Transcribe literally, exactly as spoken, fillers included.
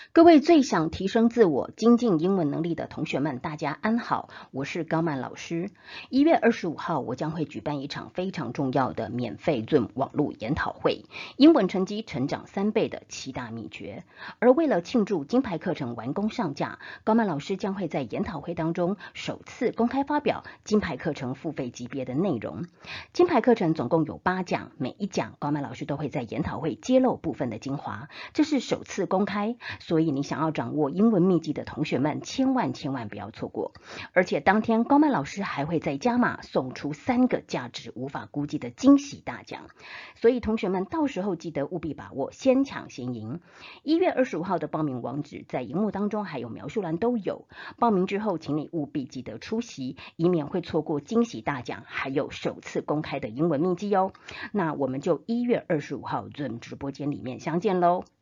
各位最想提升自我、精进英文能力的同学们，大家安好，我是高曼老师。一月二十五号，我将会举办一场非常重要的免费 Zoom 网络研讨会，英文成绩成长三倍的七大秘诀。而为了庆祝金牌课程完工上架，高曼老师将会在研讨会当中首次公开发表金牌课程付费级别的内容。金牌课程总共有八讲，每一讲高曼老师都会在研讨会揭露部分的精华，这是首次公开，所以你想要掌握英文秘籍的同学们，千万千万不要错过。而且当天高曼老师还会再加码送出三个价值无法估计的惊喜大奖，所以同学们到时候记得务必把握，先抢先赢。一月二十五号的报名网址在荧幕当中还有描述栏都有，报名之后请你务必记得出席，以免会错过惊喜大奖还有首次公开的英文秘籍哦。那我们就一月二十五号 Zoom 直播间里面相见喽。